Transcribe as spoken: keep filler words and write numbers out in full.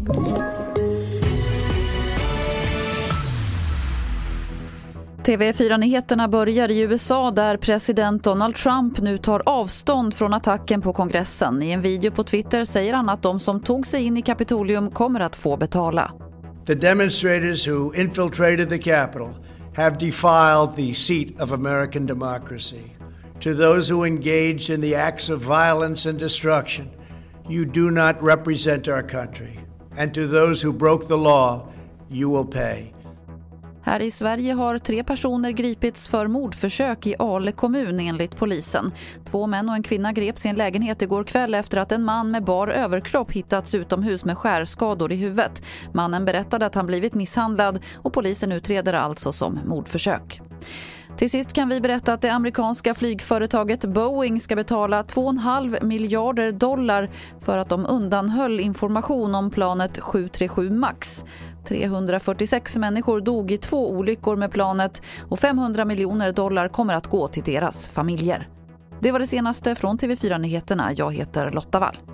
T V fyra-nyheterna börjar i U S A där president Donald Trump nu tar avstånd från attacken på kongressen. I en video på Twitter säger han att de som tog sig in i Kapitolium kommer att få betala. The demonstrators who infiltrated the Capitol have defiled the seat of American democracy. To those who engaged in the acts of violence and destruction, you do not represent our country. And to those who broke the law, you will pay. Här i Sverige har tre personer gripits för mordförsök i Ale kommun enligt polisen. Två män och en kvinna greps i en lägenhet igår kväll efter att en man med bar överkropp hittats utomhus med skärskador i huvudet. Mannen berättade att han blivit misshandlad och polisen utreder alltså som mordförsök. Till sist kan vi berätta att det amerikanska flygföretaget Boeing ska betala två komma fem miljarder dollar för att de undanhöll information om planet sju tre sju Max. trehundrafyrtiosex människor dog i två olyckor med planet och femhundra miljoner dollar kommer att gå till deras familjer. Det var det senaste från T V fyra-nyheterna. Jag heter Lotta Wall.